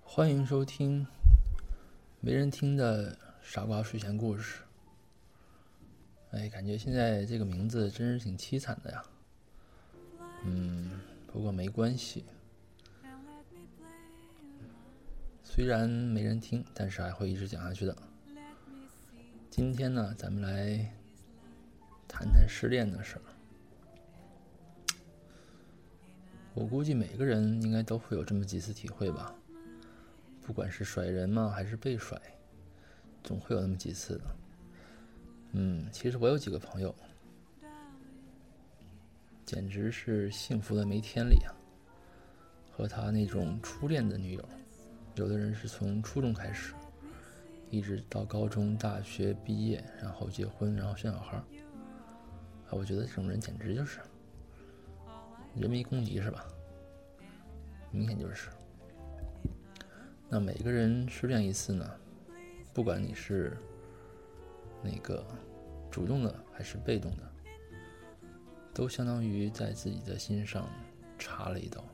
欢迎收听没人听的傻瓜睡前故事。感觉现在这个名字真是挺凄惨的呀。不过没关系，虽然没人听，但是还会一直讲下去的。今天呢，咱们来谈谈失恋的事儿。我估计每个人应该都会有这么几次体会吧，不管是甩人嘛，还是被甩，总会有那么几次的。其实我有几个朋友，简直是幸福的没天理啊！和他那种初恋的女友，有的人是从初中开始，一直到高中、大学毕业，然后结婚，然后生小孩。我觉得这种人简直就是人民公敌，是吧？明显就是。那每个人失恋一次呢，不管你是那个主动的还是被动的，都相当于在自己的心上插了一刀，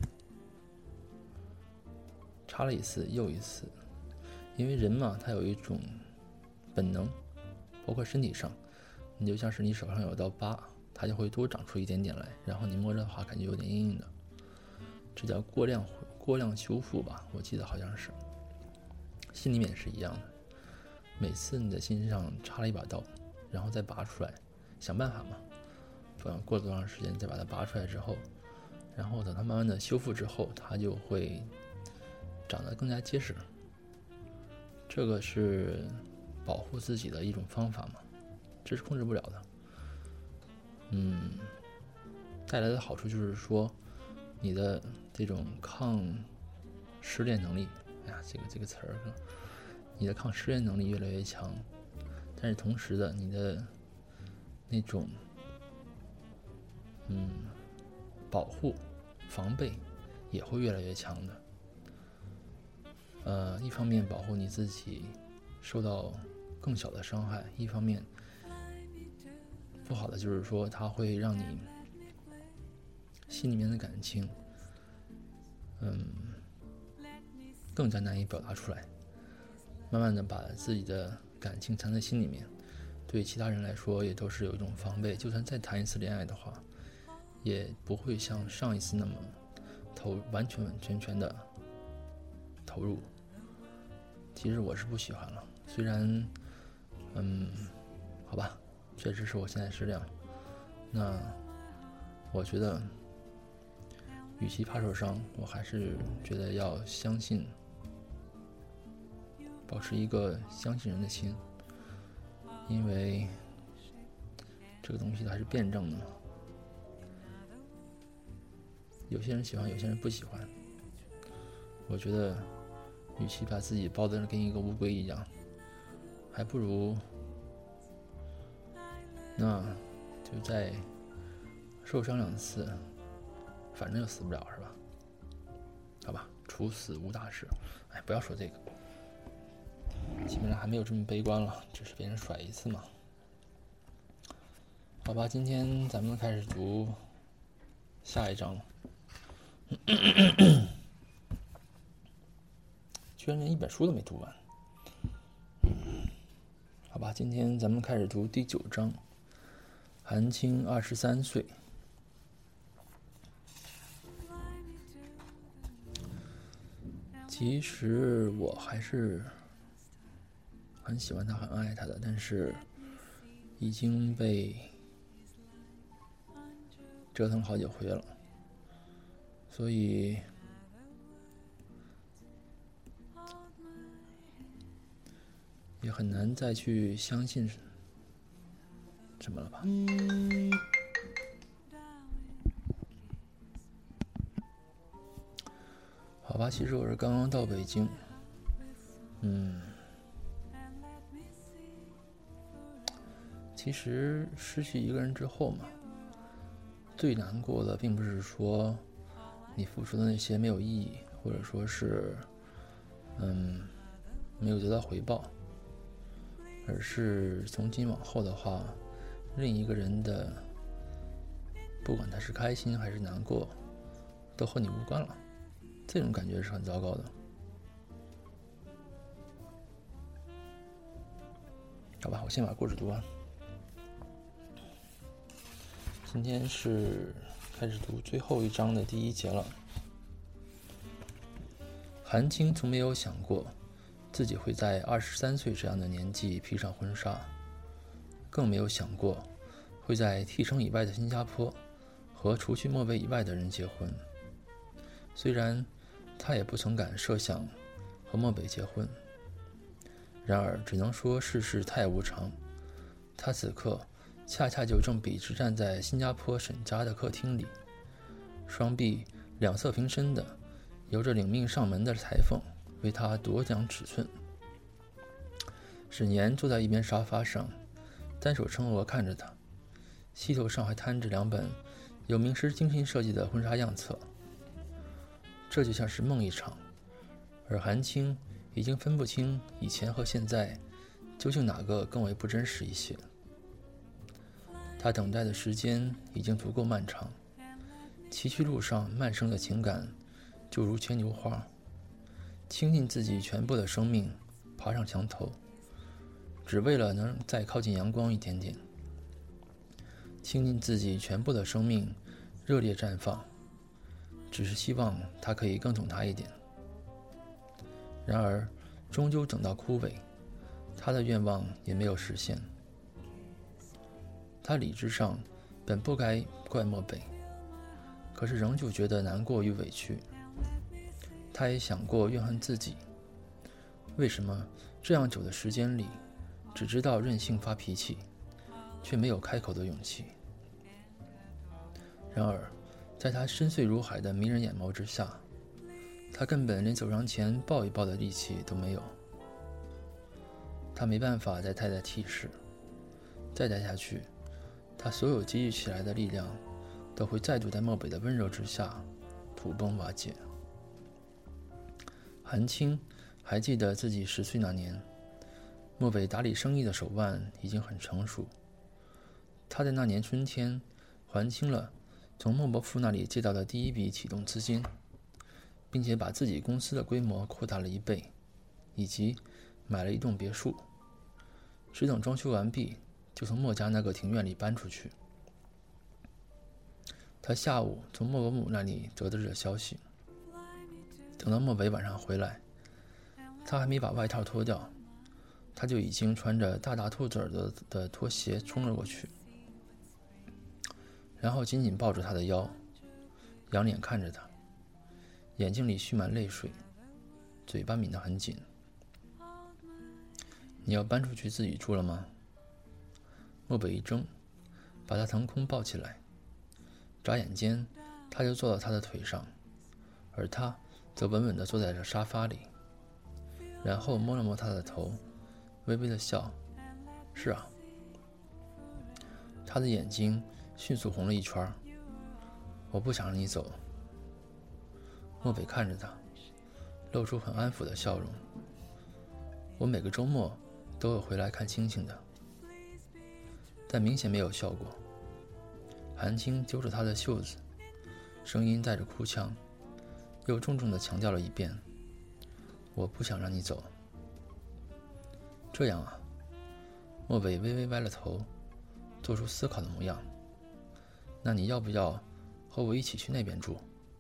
插了一次又一次。因为人嘛，他有一种本能，包括身体上，你就像是你手上有道疤，它就会多长出一点点来，然后你摸着的话感觉有点硬硬的，这叫过量修复吧，我记得好像是。心里面也是一样的，每次你的心上插了一把刀，然后再拔出来，想办法嘛，不管过了多长时间再把它拔出来之后，然后等它慢慢的修复之后，它就会长得更加结实。这个是保护自己的一种方法嘛，这是控制不了的。带来的好处就是说，你的这种抗失恋能力，这个词儿，你的抗失恋能力越来越强，但是同时的，你的那种保护防备也会越来越强的。一方面保护你自己受到更小的伤害，一方面不好的就是说，它会让你心里面的感情更加难以表达出来，慢慢的把自己的感情藏在心里面，对其他人来说也都是有一种防备，就算再谈一次恋爱的话，也不会像上一次那么完全的投入。其实我是不喜欢了，虽然好吧，确实是我现在失恋了。那我觉得与其怕受伤，我还是觉得要相信，保持一个相信人的心，因为这个东西它是辩证的嘛，有些人喜欢，有些人不喜欢。我觉得与其把自己包得跟一个乌龟一样，还不如那就再受伤2次，反正又死不了，是吧？好吧，处死无大事。不要说这个，基本上还没有这么悲观了，只是别人甩一次嘛。好吧，今天咱们开始读下一章了。居然连一本书都没读完。好吧，今天咱们开始读第9章。韩青23岁。其实我还是很喜欢他，很爱他的，但是已经被折腾好几回了，所以也很难再去相信什么了吧。好吧，其实我是刚刚到北京。其实失去一个人之后嘛，最难过的并不是说你付出的那些没有意义，或者说是没有得到回报，而是从今往后的话，另一个人的不管他是开心还是难过，都和你无关了，这种感觉是很糟糕的。 好吧，我先把故事读完。今天是开始读最后一章的第1节了。韩青从没有想过自己会在23岁这样的年纪披上婚纱，更没有想过会在替城以外的新加坡和除去莫北以外的人结婚。虽然他也不曾敢设想和莫北结婚，然而只能说世事太无常，他此刻恰恰就正笔直站在新加坡沈家的客厅里，双臂两侧平伸的，由着领命上门的裁缝为他度量尺寸。沈岩坐在一边沙发上，单手撑额看着他，膝头上还摊着2本由名师精心设计的婚纱样册。这就像是梦一场，而韩青已经分不清以前和现在究竟哪个更为不真实一些。他等待的时间已经足够漫长，崎岖路上漫生的情感就如牵牛花，倾尽自己全部的生命爬上墙头，只为了能再靠近阳光一点点，倾尽自己全部的生命热烈绽放，只是希望他可以更懂他一点。然而终究等到枯萎，他的愿望也没有实现。他理智上本不该怪莫北，可是仍旧觉得难过与委屈。他也想过怨恨自己，为什么这样久的时间里只知道任性发脾气，却没有开口的勇气。然而在他深邃如海的迷人眼眸之下，他根本连走上前抱一抱的力气都没有。他没办法再太气势，再待下去，他所有积聚起来的力量都会再度在漠北的温柔之下土崩瓦解。韩青还记得自己10岁那年，漠北打理生意的手腕已经很成熟。他在那年春天还清了从莫伯父那里借到的第1笔启动资金，并且把自己公司的规模扩大了1倍，以及买了一栋别墅，只等装修完毕就从莫家那个庭院里搬出去。他下午从莫伯母那里得知了消息，等到莫北晚上回来，他还没把外套脱掉，他就已经穿着大兔子耳朵的拖鞋冲了过去，然后紧紧抱着他的腰，仰脸看着他，眼睛里蓄满泪水，嘴巴抿得很紧。你要搬出去自己住了吗？莫北一怔，把他腾空抱起来，眨眼间他就坐到他的腿上，而他则稳稳地坐在这沙发里，然后摸了摸他的头，微微的笑。是啊。他的眼睛迅速红了一圈。我不想让你走。莫北看着他，露出很安抚的笑容。我每个周末都会回来看星星的。但明显没有效果。韩青揪着他的袖子，声音带着哭腔，又重重地强调了一遍：我不想让你走。这样啊。莫北微微歪了头，做出思考的模样。那你要不要和我一起去那边住？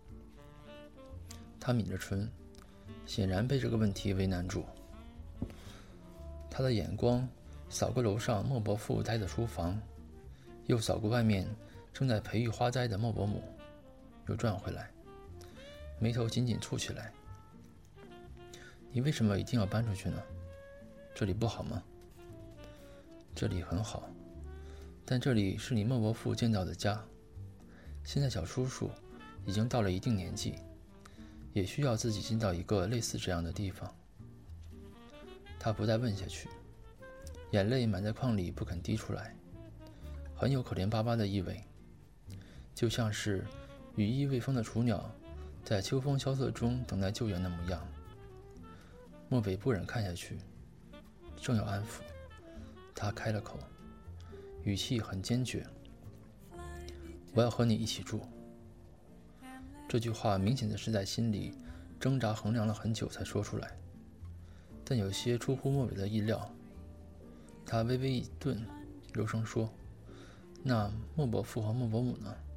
他抿着唇，显然被这个问题为难住。他的眼光扫过楼上莫伯父待的书房，又扫过外面正在培育花栽的莫伯母，又转回来，眉头紧紧蹙起来。你为什么一定要搬出去呢？这里不好吗？这里很好，但这里是你莫伯父建造的家。现在小叔叔已经到了一定年纪，也需要自己进到一个类似这样的地方。他不再问下去，眼泪满在眶里不肯滴出来，很有可怜巴巴的意味，就像是羽翼未丰的雏鸟在秋风萧瑟中等待救援的模样。莫北不忍看下去，正要安抚，他开了口，语气很坚决：我要和你一起住。这句话明显的是在心里挣扎衡量了很久才说出来，但有些出乎莫北的意料。 他微微一顿，柔声说：“那莫伯父和莫伯母呢？”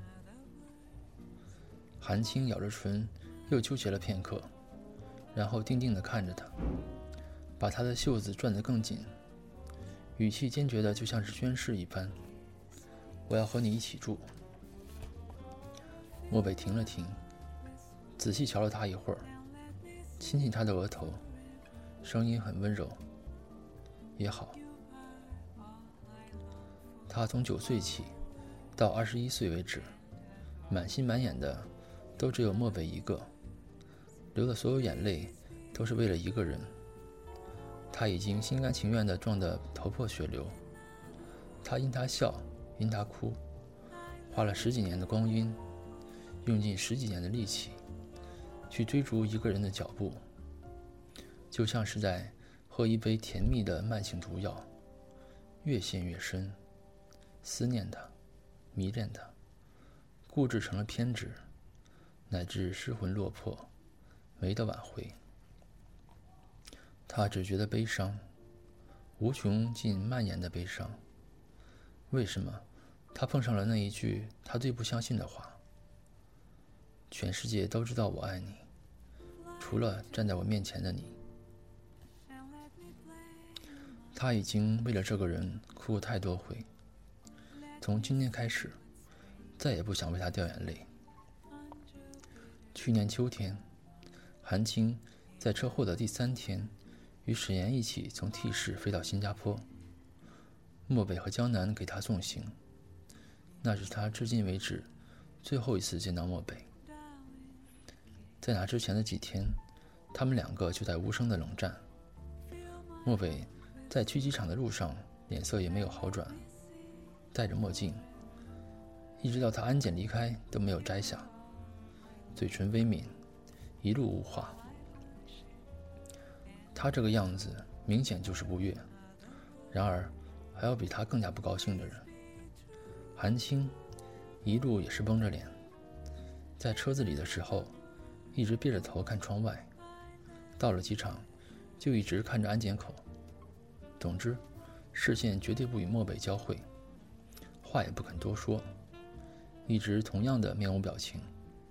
韩青咬着唇，又纠结了片刻，然后定定地看着他，把他的袖子攥得更紧，语气坚决的就像是宣誓一般：“我要和你一起住。”漠北停了停，仔细瞧了他一会儿，亲亲他的额头，声音很温柔：“也好。”他从9岁起到21岁为止，满心满眼的都只有漠北一个，流的所有眼泪都是为了一个人。他已经心甘情愿地撞得头破血流，他因他笑，因他哭，花了10几年的光阴，用尽10几年的力气，去追逐一个人的脚步，就像是在喝一杯甜蜜的慢性毒药，越陷越深，思念他，迷恋他，固执成了偏执，乃至失魂落魄，没得挽回。他只觉得悲伤，无穷尽蔓延的悲伤。为什么他碰上了那一句他最不相信的话：“全世界都知道我爱你，除了站在我面前的你。”他已经为了这个人哭过太多回，从今天开始，再也不想为他掉眼泪。去年秋天，韩青在车祸的第3天，与史岩一起从 T 市飞到新加坡，漠北和江南给他送行，那是他至今为止最后一次见到漠北。在那之前的几天，他们2个就在无声的冷战。漠北在去机场的路上脸色也没有好转，戴着墨镜，一直到他安检离开都没有摘下，嘴唇微抿，一路无话。他这个样子明显就是不悦，然而还有比他更加不高兴的人。韩青一路也是绷着脸，在车子里的时候一直憋着头看窗外，到了机场就一直看着安检口。总之，视线绝对不与漠北交汇，话也不肯多说，一直同样的面无表情。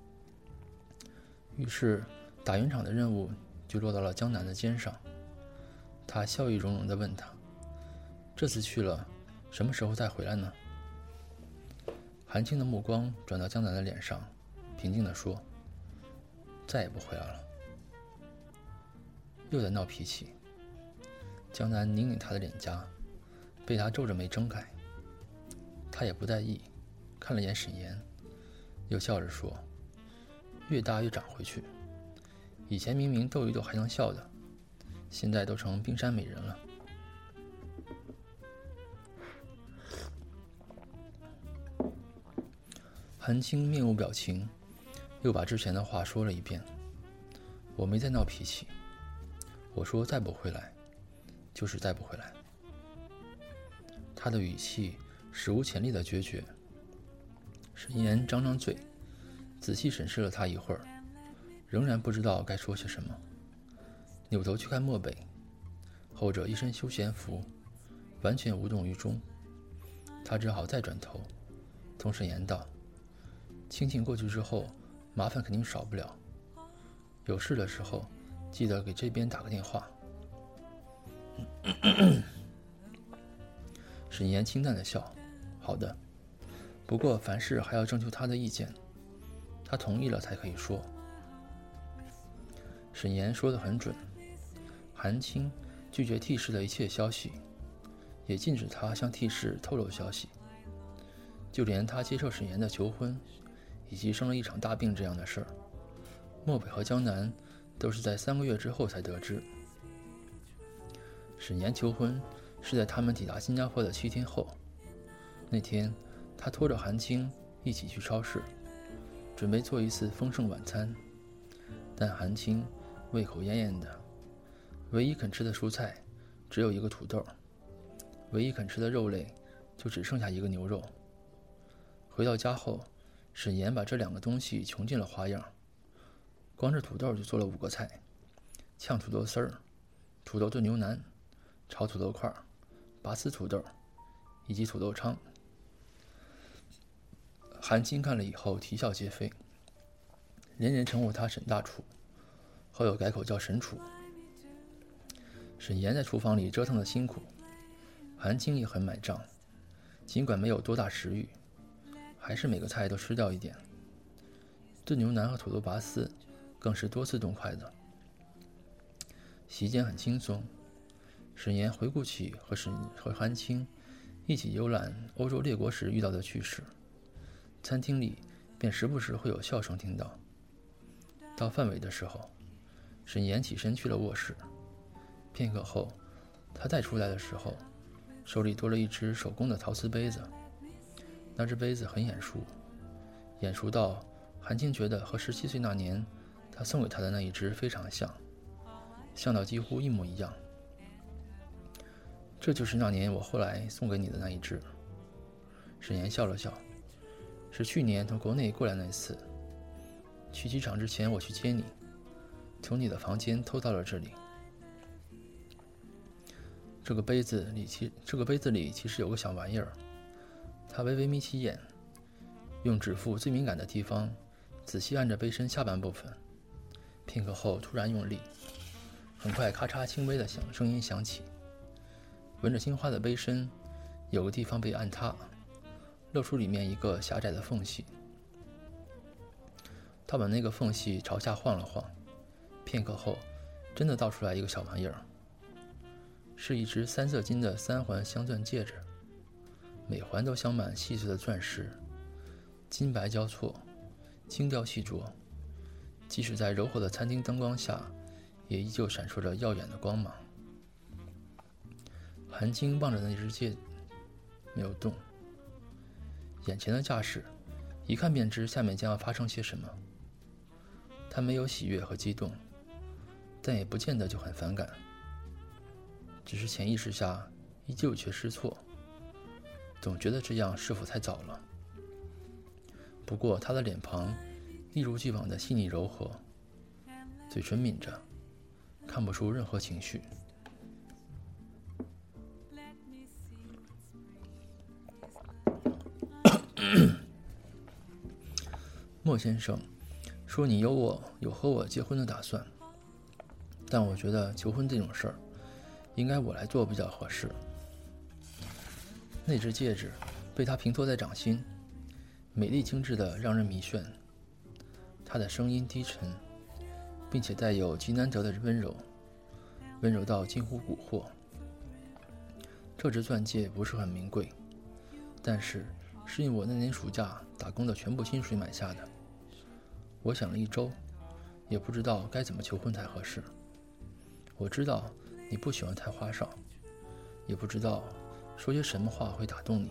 于是打圆场的任务就落到了江南的肩上。他笑意融融地问他：“这次去了，什么时候再回来呢？”韩青的目光转到江南的脸上，平静地说：“再也不回来了。”又在闹脾气。江南拧拧他的脸颊，被他皱着眉睁开。他也不在意，看了眼沈岩，又笑着说：“越大越长回去，以前明明逗一逗还能笑的，现在都成冰山美人了。”韩青面无表情，又把之前的话说了一遍：“我没在闹脾气，我说再不回来，就是再不回来。”他的语气史无前例的决绝。沈岩张张嘴，仔细审视了他一会儿，仍然不知道该说些什么，扭头去看漠北，后者一身休闲服，完全无动于衷。他只好再转头同沈岩道：“清静过去之后，麻烦肯定少不了，有事的时候记得给这边打个电话。”沈岩清淡的笑：“好的，不过凡事还要征求他的意见，他同意了才可以说。”沈岩说得很准，韩青拒绝 T 市的一切消息，也禁止他向 T 市透露消息，就连他接受沈岩的求婚以及生了一场大病这样的事儿，漠北和江南都是在3个月之后才得知。沈岩求婚是在他们抵达新加坡的7天后。那天他拖着韩青一起去超市，准备做一次丰盛晚餐，但韩青胃口奄奄的，唯一肯吃的蔬菜只有一个土豆，唯一肯吃的肉类就只剩下一个牛肉。回到家后，沈岩把这2个东西穷尽了花样，光是土豆就做了5个菜：炝土豆丝儿、土豆炖牛腩、炒土豆块、 拔丝土豆以及土豆汤。韩青看了以后啼笑皆非，人人称呼他沈大厨，后又改口叫沈厨。沈岩在厨房里折腾的辛苦，韩青也很买账，尽管没有多大食欲，还是每个菜都吃掉一点。炖牛腩和土豆拔丝更是多次动筷子。席间很轻松，沈岩回顾起和韩青一起游览欧洲列国时遇到的趣事，餐厅里便时不时会有笑声听到。到饭尾的时候，沈岩起身去了卧室，片刻后他再出来的时候，手里多了一只手工的陶瓷杯子。那只杯子很眼熟，眼熟到韩青觉得和17岁那年他送给他的那一只非常像，像到几乎一模一样。这就是那年我后来送给你的那一只。沈岩笑了笑，是去年从国内过来那次，去机场之前我去接你，从你的房间偷到了这里。这个杯子里其实有个小玩意儿。他微微眯起眼，用指腹最敏感的地方仔细按着杯身下半部分，片刻后突然用力，很快咔嚓轻微的声音响起。纹着青花的杯身有个地方被按塌，露出里面一个狭窄的缝隙。他把那个缝隙朝下晃了晃，片刻后真的倒出来一个小玩意儿，是一只3色金的3环镶钻戒指，每环都镶满细碎的钻石，金白交错，精雕细琢，即使在柔和的餐厅灯光下，也依旧闪烁着耀眼的光芒。韩青望着那只戒，没有动。眼前的架势，一看便知下面将要发生些什么。他没有喜悦和激动，但也不见得就很反感，只是潜意识下依旧有些失措，总觉得这样是否太早了。不过他的脸庞一如既往的细腻柔和，嘴唇抿着，看不出任何情绪。莫先生说你有和我结婚的打算，但我觉得求婚这种事儿，应该我来做比较合适。那只戒指被他平托在掌心，美丽精致的让人迷眩。他的声音低沉，并且带有极难得的温柔，温柔到近乎蛊惑。这只钻戒不是很名贵，但是用我那年暑假打工的全部薪水买下的。我想了一周，也不知道该怎么求婚才合适。我知道你不喜欢太花哨，也不知道说些什么话会打动你。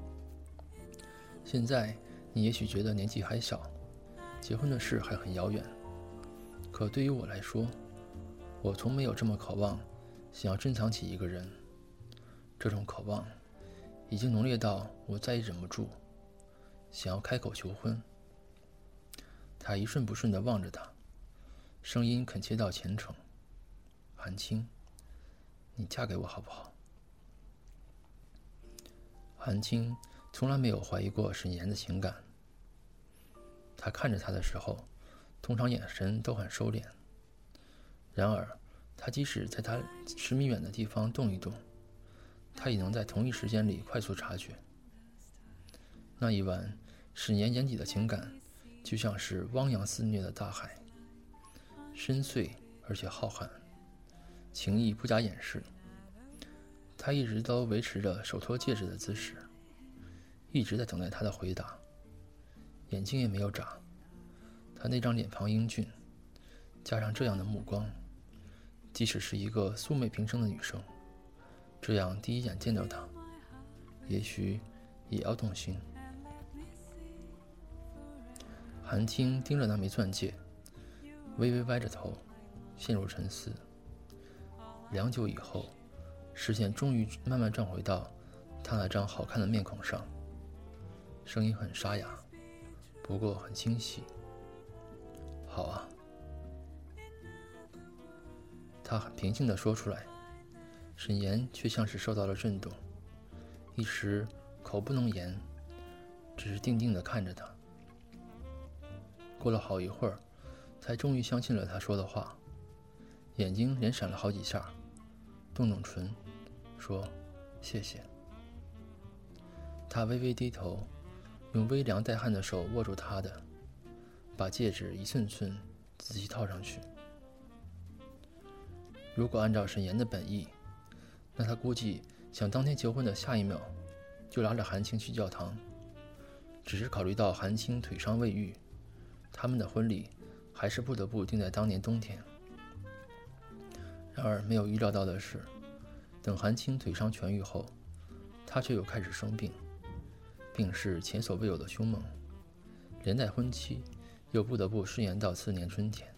现在你也许觉得年纪还小，结婚的事还很遥远，可对于我来说，我从没有这么渴望想要珍藏起一个人。这种渴望已经浓烈到我再也忍不住想要开口求婚。他一顺不顺地望着他，声音恳切到虔诚：韩青，你嫁给我好不好？韩青从来没有怀疑过沈岩的情感。他看着他的时候，通常眼神都很收敛，然而他即使在他10米远的地方动一动，他也能在同一时间里快速察觉。那一晚，沈岩眼底的情感就像是汪洋肆虐的大海，深邃而且浩瀚，情意不加掩饰。他一直都维持着手托戒指的姿势，一直在等待他的回答，眼睛也没有眨。他那张脸庞英俊，加上这样的目光，即使是一个素昧平生的女生，这样第一眼见到他，也许也要动心。韩青盯着那枚钻戒，微微歪着头，陷入沉思。良久以后，视线终于慢慢转回到他那张好看的面孔上，声音很沙哑，不过很清晰。好啊，他很平静地说出来， 沈岩却像是受到了震动，一时口不能言，只是定定地看着他。过了好一会儿，才终于相信了他说的话，眼睛连闪了好几下，动动唇，说谢谢。他微微低头，用微凉带汗的手握住他的，把戒指一寸寸仔细套上去。如果按照沈岩的本意，那他估计想当天结婚的下一秒就拉着韩青去教堂，只是考虑到韩青腿伤未愈，他们的婚礼还是不得不定在当年冬天。然而没有预料到的是，等韩青腿伤痊愈后，他却又开始生病，病势前所未有的凶猛，连带婚期又不得不顺延到次年春天。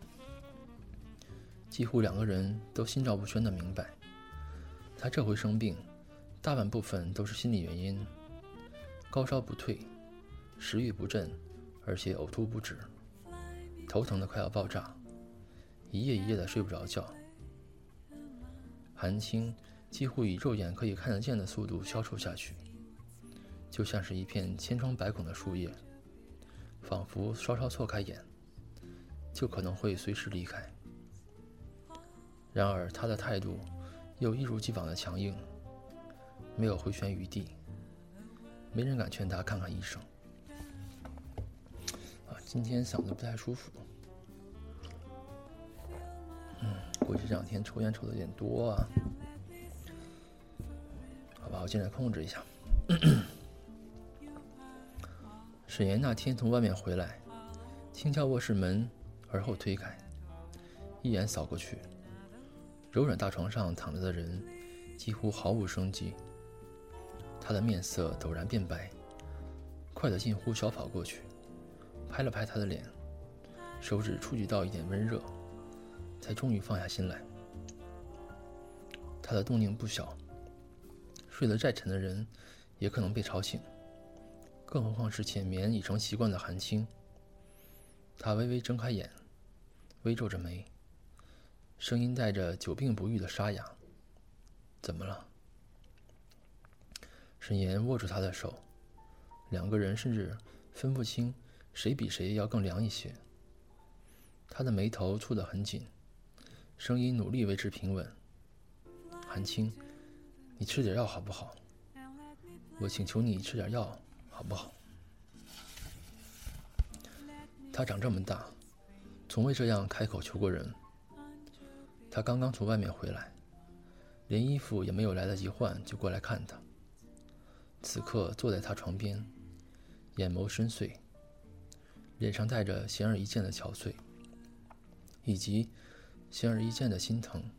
几乎两个人都心照不宣地明白，他这回生病大半部分都是心理原因，高烧不退，食欲不振，而且呕吐不止，头疼得快要爆炸，一夜一夜的睡不着觉。韩青几乎以肉眼可以看得见的速度消瘦下去，就像是一片千疮百孔的树叶，仿佛稍稍错开眼就可能会随时离开。然而他的态度又一如既往的强硬，没有回旋余地，没人敢劝他看看医生。今天嗓子不太舒服，估计这两天抽烟抽的有点多啊，好吧，我尽量控制一下。沈岩那天从外面回来，轻敲卧室门，而后推开，一眼扫过去，柔软大床上躺着的人几乎毫无生机，他的面色陡然变白，快得近乎小跑过去，拍了拍他的脸，手指触及到一点温热，才终于放下心来。他的动静不小，睡得再沉的人也可能被吵醒，更何况是浅眠已成习惯的韩青。他微微睁开眼，微皱着眉，声音带着久病不愈的沙哑：“怎么了？”沈岩握住他的手，两个人甚至分不清谁比谁要更凉一些。他的眉头蹙得很紧，声音努力维持平稳：“韩青，你吃点药好不好？我请求你吃点药好不好？”他长这么大，从未这样开口求过人。他刚刚从外面回来，连衣服也没有来得及换就过来看他。此刻坐在他床边，眼眸深邃，脸上带着显而易见的憔悴，以及显而易见的心疼。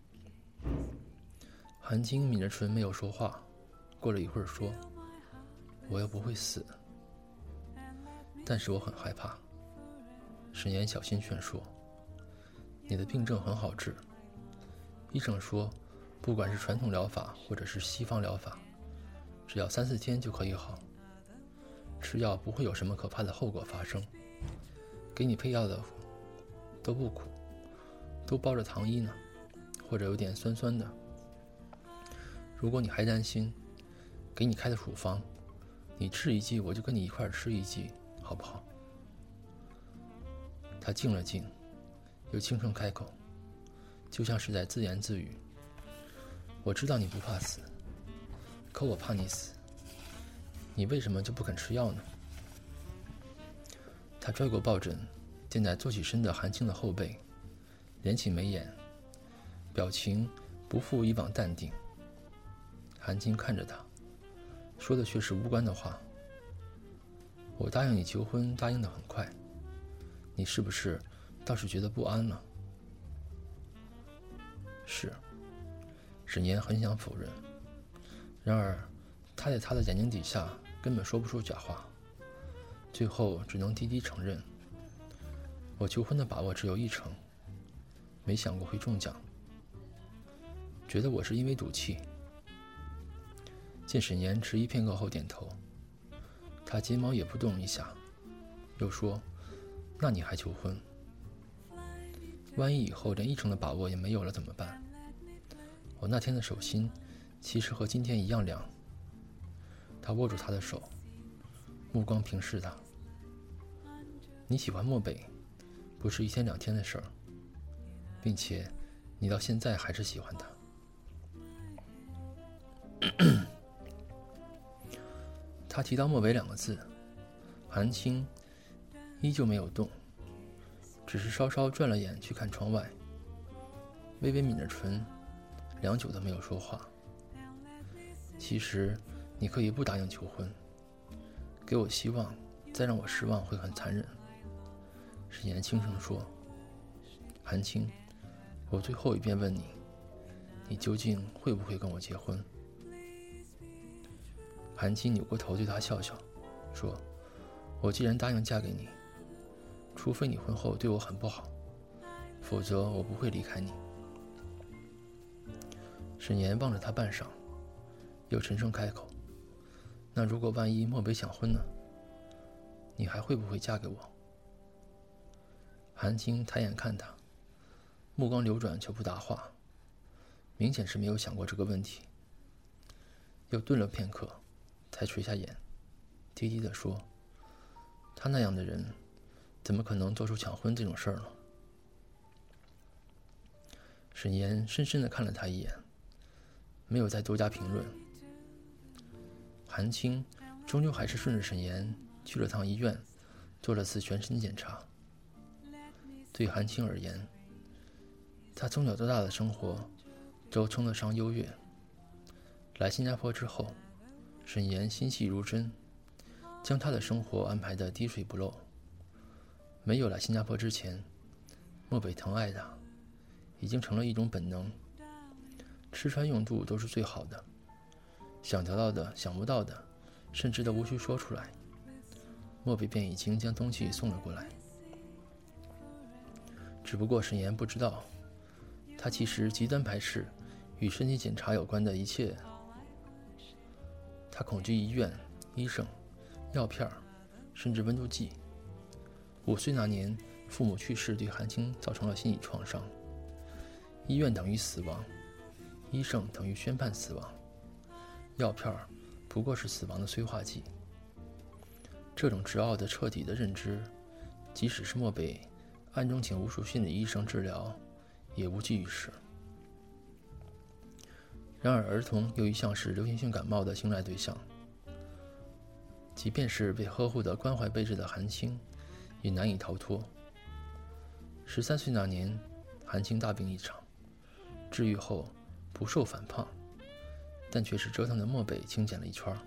韩青抿着唇没有说话，过了一会儿说：“我又不会死，但是我很害怕。”沈岩小心劝说：“你的病症很好治，医生说不管是传统疗法或者是西方疗法，只要3-4天就可以好，吃药不会有什么可怕的后果发生，给你配药的都不苦，都包着糖衣呢，或者有点酸酸的。如果你还担心，给你开的处方，你吃一剂我就跟你一块吃一剂，好不好？”他静了静，又轻声开口，就像是在自言自语：“我知道你不怕死，可我怕你死。你为什么就不肯吃药呢？”他拽过抱枕，垫在坐起身的韩青的后背，连起眉眼，表情不复以往淡定。韩青看着他，说的却是无关的话：“我答应你求婚，答应得很快，你是不是倒是觉得不安了？”是，沈岩很想否认，然而他在他的眼睛底下根本说不出假话，最后只能低低承认：“我求婚的把握只有1成，没想过会中奖，觉得我是因为赌气。”见沈岩迟疑片刻后点头，他睫毛也不动一下，又说：“那你还求婚？万一以后连1成的把握也没有了怎么办？ 我那天的手心其实和今天一样凉。他握住她的手，目光平视她。你喜欢漠北，不是一天两天的事儿，并且你到现在还是喜欢他。他提到漠北2个字，韩青依旧没有动，只是稍稍转了眼去看窗外，微微抿着唇，良久都没有说话。其实你可以不答应求婚，给我希望，再让我失望会很残忍。沈岩轻声说。韩青，我最后一遍问你，你究竟会不会跟我结婚？韩青扭过头对他笑笑，说，我既然答应嫁给你，除非你婚后对我很不好，否则我不会离开你。沈岩望着他半晌，又沉声开口，那如果万一漠北想婚呢？你还会不会嫁给我？韩青抬眼看他，目光流转却不答话，明显是没有想过这个问题。又顿了片刻，才垂下眼，低低地说，他那样的人怎么可能做出抢婚这种事儿呢？沈岩深深地看了他一眼，没有再多加评论。韩青终究还是顺着沈岩去了趟医院，做了次全身检查。对韩青而言，他从小到大的生活都称得上优越。来新加坡之后，沈岩心细如针，将他的生活安排得滴水不漏。没有来新加坡之前，漠北疼爱他，已经成了一种本能，吃穿用度都是最好的，想得到的、想不到的，甚至都无需说出来，漠北便已经将东西送了过来。只不过沈岩不知道，他其实极端排斥与身体检查有关的一切。他恐惧医院、医生、药片，甚至温度计。5岁那年，父母去世对韩青造成了心理创伤。医院等于死亡，医生等于宣判死亡，药片不过是死亡的催化剂。这种执拗的、彻底的认知，即使是漠北暗中请无数心理医生治疗，也无济于事。然而儿童又一向是流行性感冒的青睐对象，即便是被呵护的关怀备至的韩青，也难以逃脱。13岁那年，韩青大病一场，治愈后不瘦反胖，但却是折腾的漠北清减了一圈。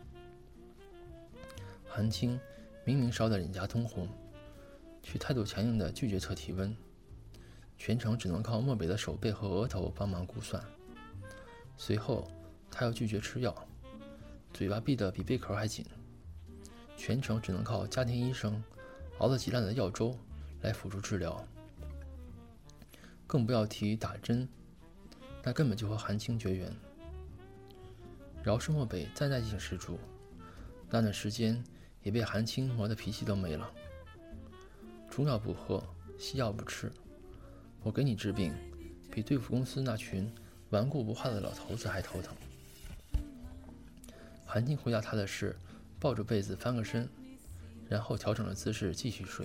韩青明明烧得脸颊通红，却态度强硬地拒绝测体温，全程只能靠漠北的手背和额头帮忙估算。随后他又拒绝吃药，嘴巴闭得比贝壳还紧，全程只能靠家庭医生熬得极烂的药粥来辅助治疗。更不要提打针，那根本就和韩青绝缘。饶是漠北再耐性十足，那段时间也被韩青磨得脾气都没了。中药不喝，西药不吃，我给你治病，比对付公司那群顽固不化的老头子还头疼。韩青回答他的是抱着被子翻个身，然后调整了姿势继续睡。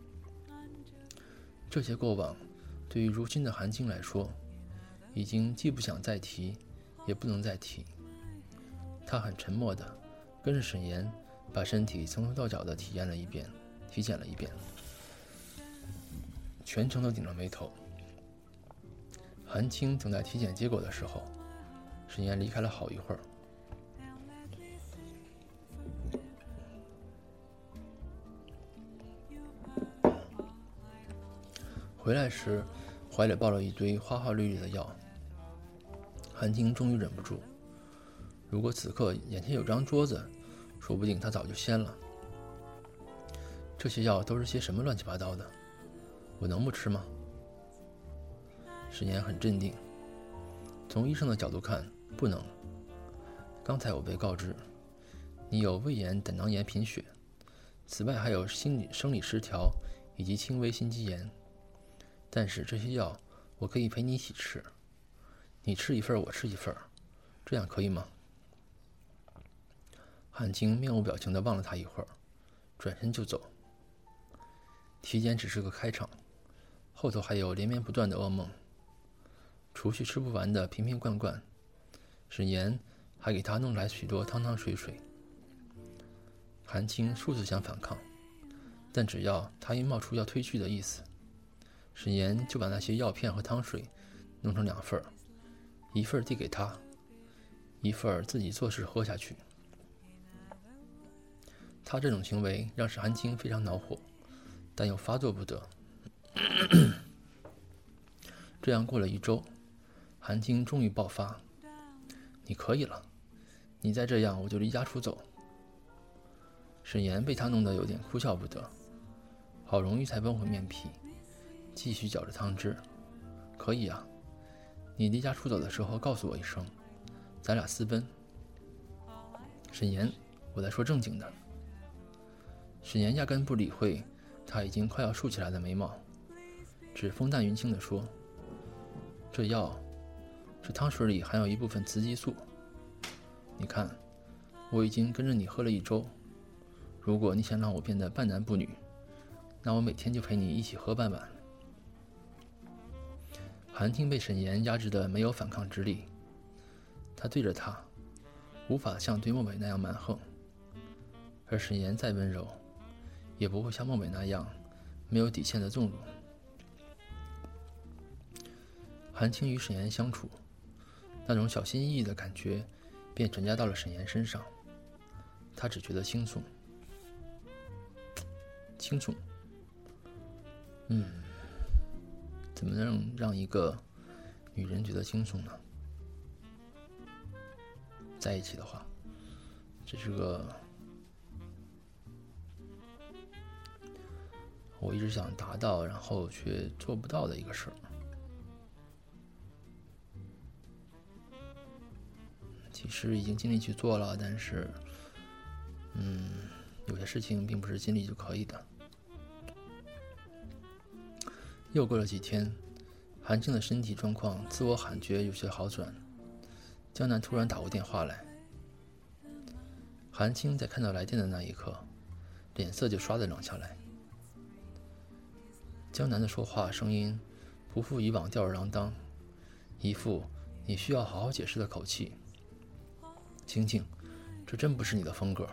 这些过往对于如今的韩青来说，已经既不想再提，也不能再提。他很沉默地跟着沈岩把身体从头到脚地体检了一遍，全程都顶着眉头。韩青等待体检结果的时候，沈岩离开了好一会儿。回来时，怀里抱了一堆花花绿绿的药。韩青终于忍不住，如果此刻眼前有张桌子，说不定他早就掀了。这些药都是些什么乱七八糟的？我能不吃吗？沈岩很镇定，从医生的角度看，不能。刚才我被告知，你有胃炎、胆囊炎、贫血，此外还有生理失调以及轻微心肌炎。但是这些药我可以陪你一起吃， 你吃一份，我吃一份，这样可以吗？韩青面无表情地望了他一会儿，转身就走。体检只是个开场，后头还有连绵不断的噩梦。除去吃不完的瓶瓶罐罐，沈岩还给他弄来许多汤汤水水。韩青数次想反抗，但只要他一冒出要退去的意思，沈岩就把那些药片和汤水弄成2份，一份递给他，一份自己做事喝下去。他这种行为让韩青非常恼火，但又发作不得。这样过了1周，韩青终于爆发：“你可以了，你再这样我就离家出走。”沈岩被他弄得有点哭笑不得，好容易才绷回面皮，继续搅着汤汁：“可以啊，你离家出走的时候告诉我一声，咱俩私奔。”沈岩，我在说正经的。沈岩压根不理会他已经快要竖起来的眉毛，只风淡云轻地说：“这药，这汤水里含有一部分雌激素。你看，我已经跟着你喝了1周，如果你想让我变得半男不女，那我每天就陪你一起喝半碗。”韩青被沈岩压制得没有反抗之力，他对着他，无法像对莫北那样蛮横，而沈岩再温柔，也不会像莫北那样没有底线的纵容。韩青与沈岩相处，那种小心翼翼的感觉便转嫁到了沈岩身上，他只觉得轻松。轻松，怎么能让一个女人觉得轻松呢？在一起的话，这是个我一直想达到，然后却做不到的一个事儿。其实已经尽力去做了，但是，有些事情并不是尽力就可以的。又过了几天，韩青的身体状况自我感觉有些好转。江南突然打过电话来，韩青在看到来电的那一刻，脸色就唰地冷下来。江南的说话声音不复以往吊儿郎当，一副你需要好好解释的口气。青青，这真不是你的风格。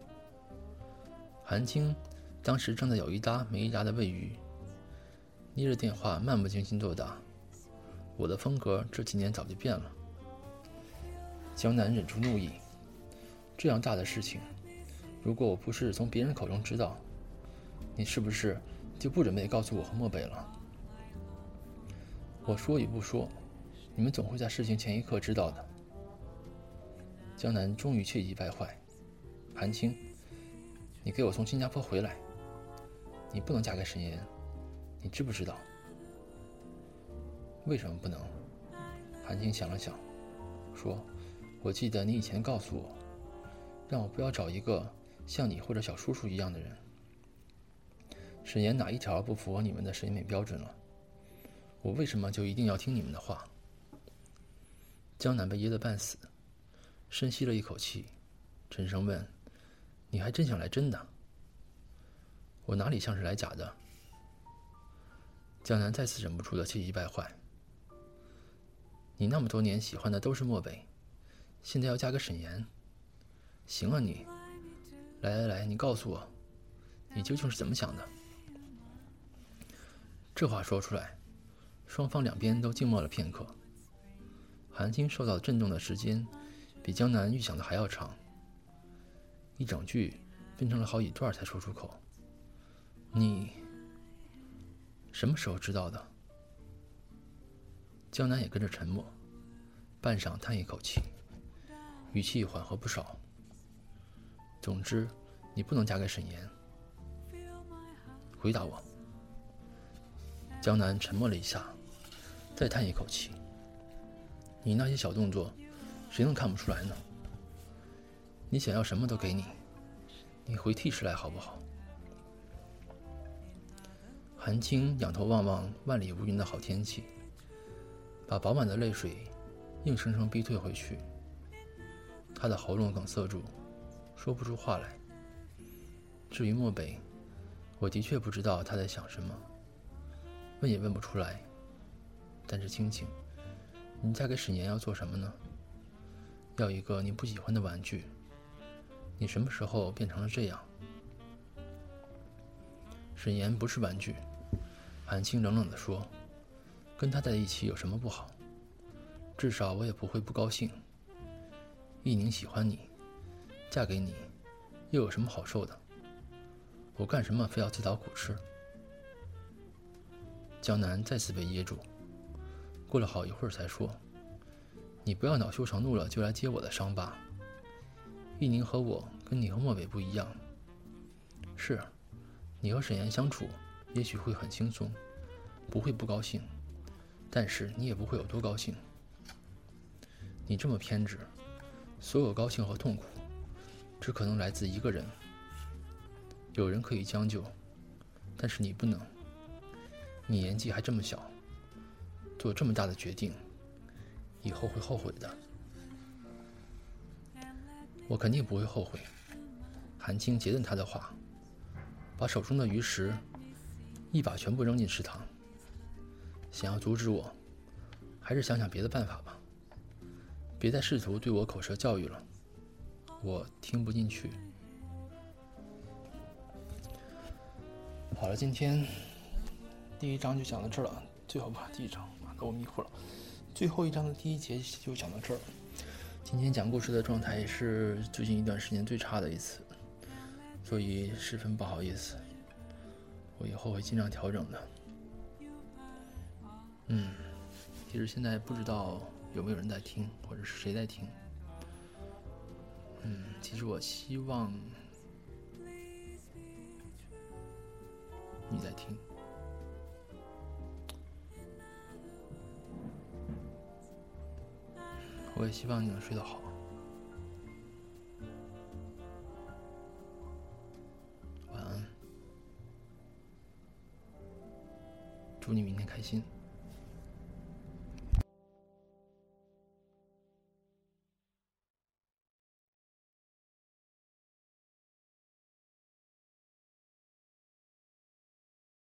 韩青当时正在有一搭没一搭的喂鱼，捏着电话漫不经心作答：“我的风格这几年早就变了。”江南忍住怒意，这样大的事情，如果我不是从别人口中知道，你是不是就不准备告诉我和漠北了？我说与不说，你们总会在事情前一刻知道的。江南终于气急败坏：“韩青，你给我从新加坡回来，你不能嫁给沈岩，你知不知道？”“为什么不能？”韩青想了想，说：“我记得你以前告诉我，让我不要找一个像你或者小叔叔一样的人。沈岩哪一条不符合你们的审美标准了？我为什么就一定要听你们的话？”江南被噎得半死，深吸了一口气，沉声问：“你还真想来真的？”“我哪里像是来假的？”江南再次忍不住的气急败坏：“你那么多年喜欢的都是漠北，现在要嫁给沈岩？行啊你，来，你告诉我，你究竟是怎么想的？”这话说出来，双方两边都静默了片刻。韩青受到震动的时间比江南预想的还要长，一整句分成了好几段才说出口：“你什么时候知道的？”江南也跟着沉默，半晌叹一口气，语气缓和不少：“总之，你不能嫁给沈岩。回答我。”江南沉默了一下，再叹一口气：“你那些小动作，谁能看不出来呢？你想要什么都给你，你回替时来好不好？”韩青仰头望望万里无云的好天气，把饱满的泪水硬生生逼退回去。他的喉咙梗塞住，说不出话来。至于漠北，我的确不知道他在想什么，问也问不出来。但是青青，你嫁给史年要做什么呢？要一个你不喜欢的玩具。你什么时候变成了这样？史年不是玩具，韩青冷冷地说，跟他在一起有什么不好？至少我也不会不高兴。易宁喜欢你，嫁给你，又有什么好受的？我干什么非要自讨苦吃？江南再次被噎住，过了好一会儿才说，你不要恼羞成怒了就来揭我的伤疤。易宁和我跟你和漠北不一样，是你和沈岩相处也许会很轻松，不会不高兴，但是你也不会有多高兴。你这么偏执，所有高兴和痛苦只可能来自一个人。有人可以将就，但是你不能。你年纪还这么小，做这么大的决定，以后会后悔的。我肯定不会后悔。韩青截断他的话，把手中的鱼食一把全部扔进池塘。想要阻止我，还是想想别的办法吧。别再试图对我口舌教育了，我听不进去。好了，今天第一章就讲到这儿了，最后吧，第一章给我迷糊了。最后一章的第一节就讲到这儿了。今天讲故事的状态也是最近一段时间最差的一次，所以十分不好意思，我以后会尽量调整的。其实现在不知道有没有人在听，或者是谁在听。其实我希望你在听。我也希望你能睡得好。晚安，祝你明天开心。